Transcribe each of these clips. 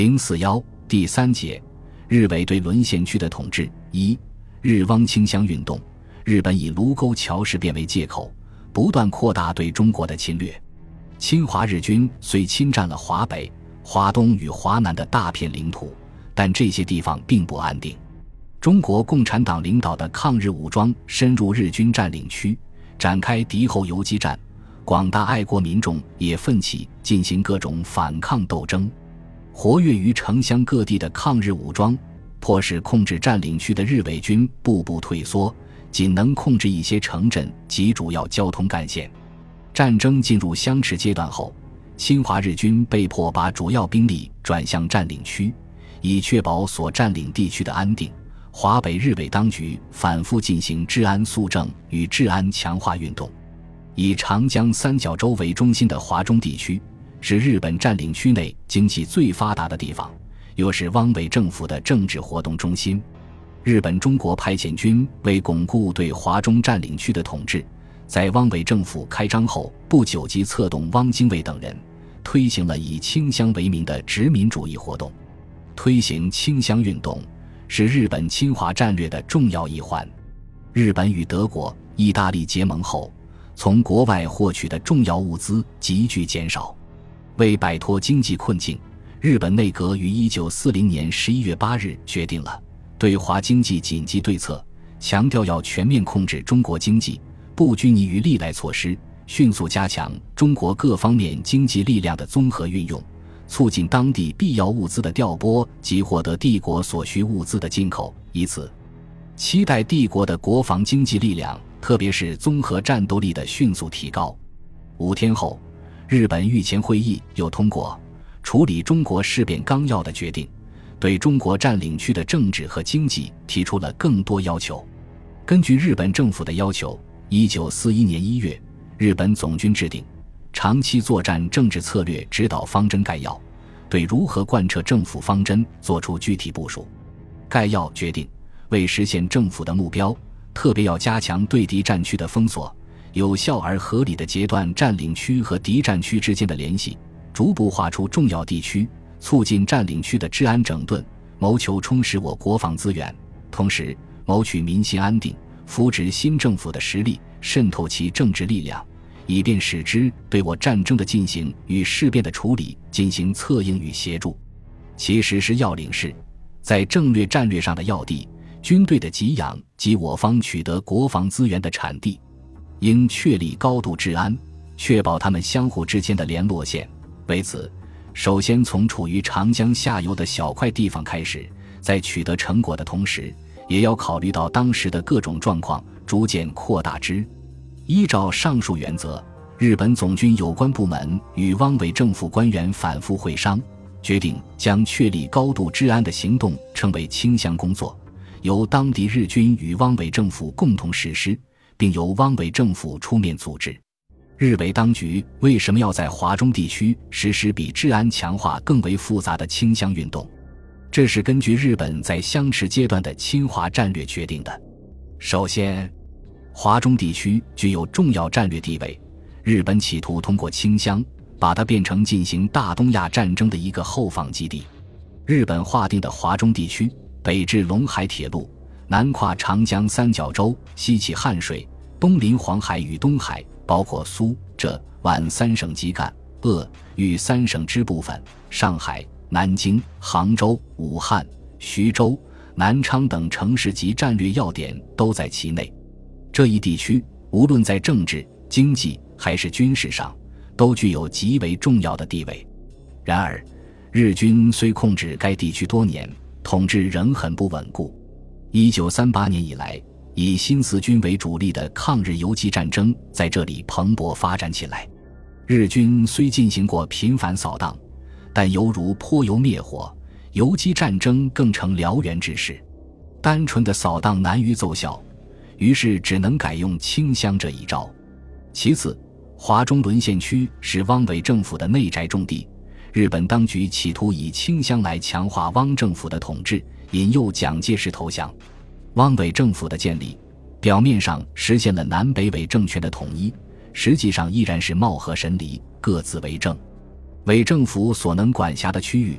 041第3节，日伪对沦陷区的统治。1. 日汪清乡运动。日本以卢沟桥事变为借口，不断扩大对中国的侵略。侵华日军虽侵占了华北、华东与华南的大片领土，但这些地方并不安定。中国共产党领导的抗日武装深入日军占领区，展开敌后游击战，广大爱国民众也奋起进行各种反抗斗争。活跃于城乡各地的抗日武装迫使控制占领区的日伪军步步退缩，仅能控制一些城镇及主要交通干线。战争进入相持阶段后，侵华日军被迫把主要兵力转向占领区，以确保所占领地区的安定。华北日伪当局反复进行治安肃正与治安强化运动。以长江三角洲为中心的华中地区是日本占领区内经济最发达的地方，又是汪伪政府的政治活动中心。日本中国派遣军为巩固对华中占领区的统治，在汪伪政府开张后不久即策动汪精卫等人，推行了以清乡为名的殖民主义活动。推行清乡运动是日本侵华战略的重要一环。日本与德国、意大利结盟后，从国外获取的重要物资急剧减少。为摆脱经济困境，日本内阁于1940年11月8日决定了对华经济紧急对策，强调要全面控制中国经济，不拘泥于历来措施，迅速加强中国各方面经济力量的综合运用，促进当地必要物资的调拨及获得帝国所需物资的进口，以此期待帝国的国防经济力量，特别是综合战斗力的迅速提高。5天后，日本御前会议又通过处理中国事变纲要的决定，对中国占领区的政治和经济提出了更多要求。根据日本政府的要求，1941年1月，日本总军制定长期作战政治策略指导方针概要，对如何贯彻政府方针作出具体部署。概要决定，为实现政府的目标，特别要加强对敌战区的封锁，有效而合理地截断占领区和敌占区之间的联系，逐步划出重要地区，促进占领区的治安整顿，谋求充实我国防资源，同时谋取民心安定，扶植新政府的实力，渗透其政治力量，以便使之对我战争的进行与事变的处理进行策应与协助。其实施要领是，在政略战略上的要地，军队的给养及我方取得国防资源的产地，应确立高度治安，确保他们相互之间的联络线。为此，首先从处于长江下游的小块地方开始，在取得成果的同时，也要考虑到当时的各种状况，逐渐扩大之。依照上述原则，日本总军有关部门与汪伪政府官员反复会商，决定将确立高度治安的行动称为清乡工作，由当地日军与汪伪政府共同实施，并由汪伪政府出面组织。日伪当局为什么要在华中地区实施比治安强化更为复杂的清乡运动？这是根据日本在相持阶段的侵华战略决定的。首先，华中地区具有重要战略地位，日本企图通过清乡把它变成进行大东亚战争的一个后方基地。日本划定的华中地区，北至陇海铁路，南跨长江三角洲，西起汉水，东临黄海与东海，包括苏、浙、皖三省及赣、鄂、豫三省之部分，上海、南京、杭州、武汉、徐州、南昌等城市及战略要点都在其内。这一地区无论在政治、经济还是军事上，都具有极为重要的地位。然而，日军虽控制该地区多年，统治仍很不稳固。1938年以来，以新四军为主力的抗日游击战争在这里蓬勃发展起来。日军虽进行过频繁扫荡，但犹如泼油灭火，游击战争更成燎原之势。单纯的扫荡难于奏效，于是只能改用清乡这一招。其次，华中沦陷区是汪伪政府的内宅重地，日本当局企图以清乡来强化汪政府的统治，引诱蒋介石投降。汪伪政府的建立，表面上实现了南北伪政权的统一，实际上依然是貌合神离，各自为政。伪政府所能管辖的区域，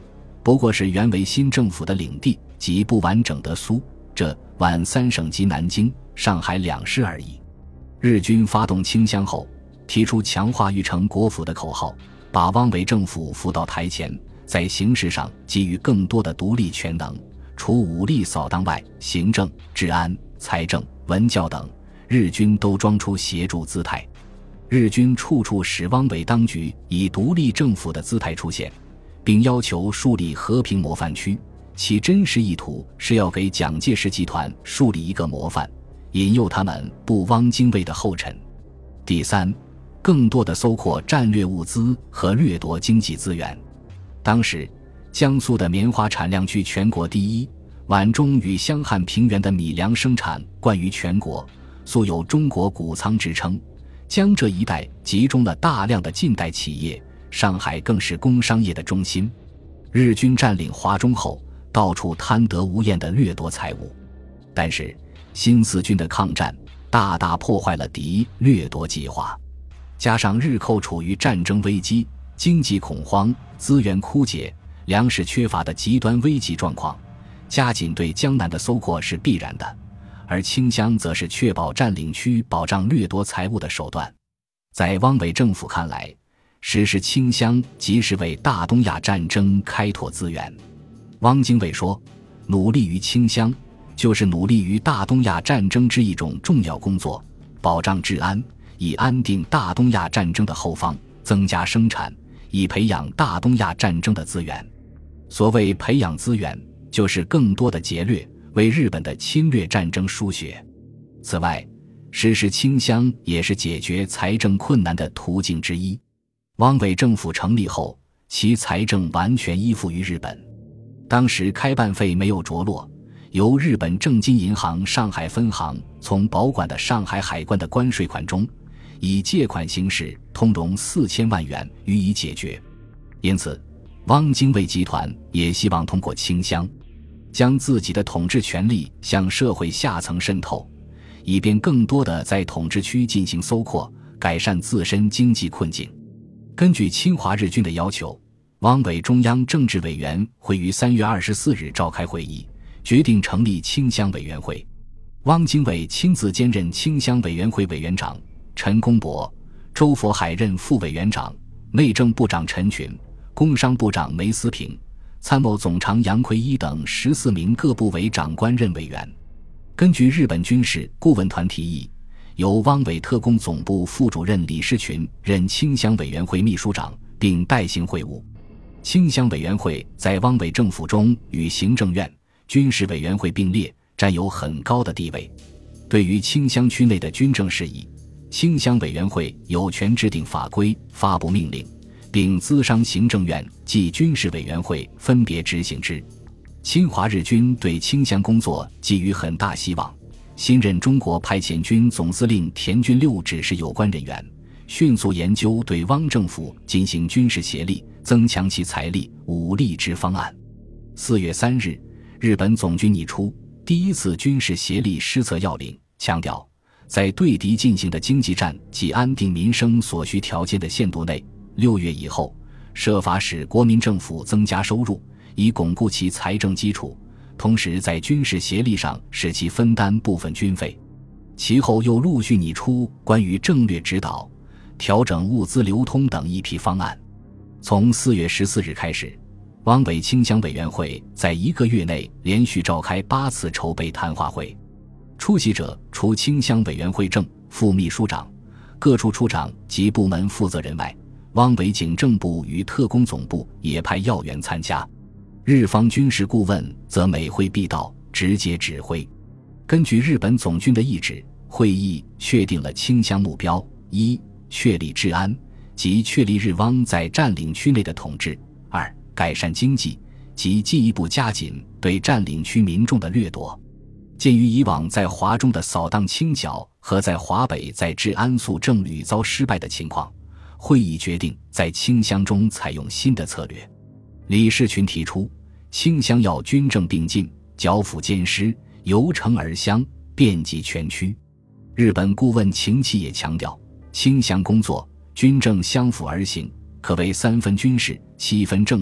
不过是原为新政府的领地及不完整的苏、浙、皖三省及南京、上海两市而已。日军发动清乡后，提出强化玉成国府的口号，把汪伪政府扶到台前，在形式上给予更多的独立权能，除武力扫荡外，行政、治安、财政、文教等，日军都装出协助姿态。日军处处使汪伪当局以独立政府的姿态出现，并要求树立和平模范区，其真实意图是要给蒋介石集团树立一个模范，引诱他们步汪精卫的后尘。第三，更多的搜括战略物资和掠夺经济资源。当时江苏的棉花产量居全国第一，皖中与湘汉平原的米粮生产冠于全国，素有中国谷仓之称。江浙一带集中了大量的近代企业，上海更是工商业的中心。日军占领华中后，到处贪得无厌地掠夺财物，但是新四军的抗战大大破坏了敌掠夺计划，加上日寇处于战争危机、经济恐慌、资源枯竭、粮食缺乏的极端危急状况，加紧对江南的搜括是必然的，而清乡则是确保占领区保障掠夺财物的手段。在汪伪政府看来，实施清乡即是为大东亚战争开拓资源。汪精卫说，努力于清乡就是努力于大东亚战争之一种重要工作，保障治安，以安定大东亚战争的后方，增加生产，以培养大东亚战争的资源。所谓培养资源，就是更多的劫掠，为日本的侵略战争输血。此外，实施清乡也是解决财政困难的途径之一。汪伪政府成立后，其财政完全依附于日本。当时开办费没有着落，由日本正金银行上海分行从保管的上海海关的关税款中，以借款形式通融4000万元予以解决。因此，汪精卫集团也希望通过清乡，将自己的统治权力向社会下层渗透，以便更多地在统治区进行搜括，改善自身经济困境。根据侵华日军的要求，汪伪中央政治委员会于3月24日召开会议，决定成立清乡委员会。汪精卫亲自兼任清乡委员会委员长，陈公博、周佛海任副委员长，内政部长陈群、工商部长梅思平、参谋总长杨奎一等14名各部委长官任委员。根据日本军事顾问团提议，由汪伪特工总部副主任李士群任清乡委员会秘书长，并代行会务。清乡委员会在汪伪政府中与行政院、军事委员会并列，占有很高的地位。对于清乡区内的军政事宜，清乡委员会有权制定法规、发布命令，并咨商行政院及军事委员会分别执行之。侵华日军对清乡工作寄予很大希望，新任中国派遣军总司令田军六指示有关人员迅速研究对汪政府进行军事协力，增强其财力武力之方案。4月3日，日本总军拟出第一次军事协力施策要领，强调在对敌进行的经济战及安定民生所需条件的限度内，6月以后设法使国民政府增加收入，以巩固其财政基础，同时在军事协力上使其分担部分军费。其后又陆续拟出关于政略指导、调整物资流通等一批方案。从4月14日开始，汪伪清乡委员会在1个月内连续召开8次筹备谈话会，出席者除清乡委员会正、副秘书长、各处处长及部门负责人外，汪伪警政部与特工总部也派要员参加。日方军事顾问则每会必到，直接指挥。根据日本总军的意志，会议确定了清乡目标：一、确立治安，即确立日汪在占领区内的统治；二、改善经济，即进一步加紧对占领区民众的掠夺。鉴于以往在华中的扫荡清剿和在华北在治安肃正屡遭失败的情况，会议决定在清乡中采用新的策略。李士群提出，清乡要军政并进，剿抚兼施，由城而乡，遍及全区。日本顾问秦器也强调，清乡工作军政相辅而行，可谓3分军事，7分政治，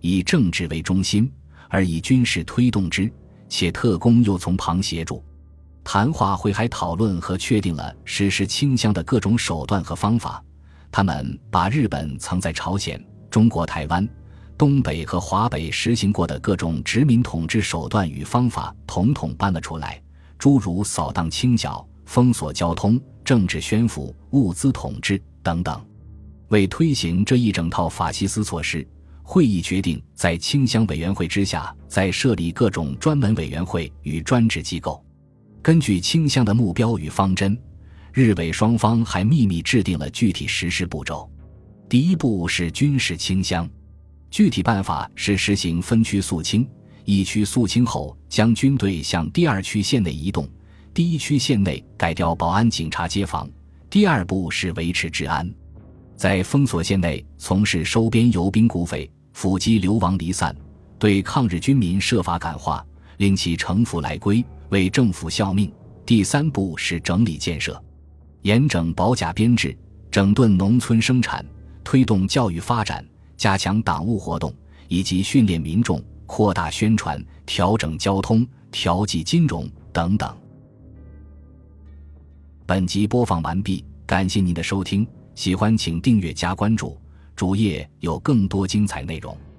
以政治为中心，而以军事推动之，且特工又从旁协助。谈话会还讨论和确定了实施清乡的各种手段和方法，他们把日本曾在朝鲜、中国台湾、东北和华北实行过的各种殖民统治手段与方法统统搬了出来，诸如扫荡清剿、封锁交通、政治宣抚、物资统治等等。为推行这一整套法西斯措施，会议决定在清乡委员会之下再设立各种专门委员会与专职机构。根据清乡的目标与方针，日伪双方还秘密制定了具体实施步骤。第一步是军事清乡，具体办法是实行分区肃清，一区肃清后将军队向第二区县内移动，第一区县内改调保安警察街坊。第二步是维持治安，在封锁县内从事收编游兵股匪，伏击流亡离散，对抗日军民设法感化，令其城府来归，为政府效命。第三步是整理建设，严整保甲编制，整顿农村生产，推动教育发展，加强党务活动，以及训练民众，扩大宣传，调整交通，调剂金融等等。本集播放完毕，感谢您的收听，喜欢请订阅加关注，主页有更多精彩内容。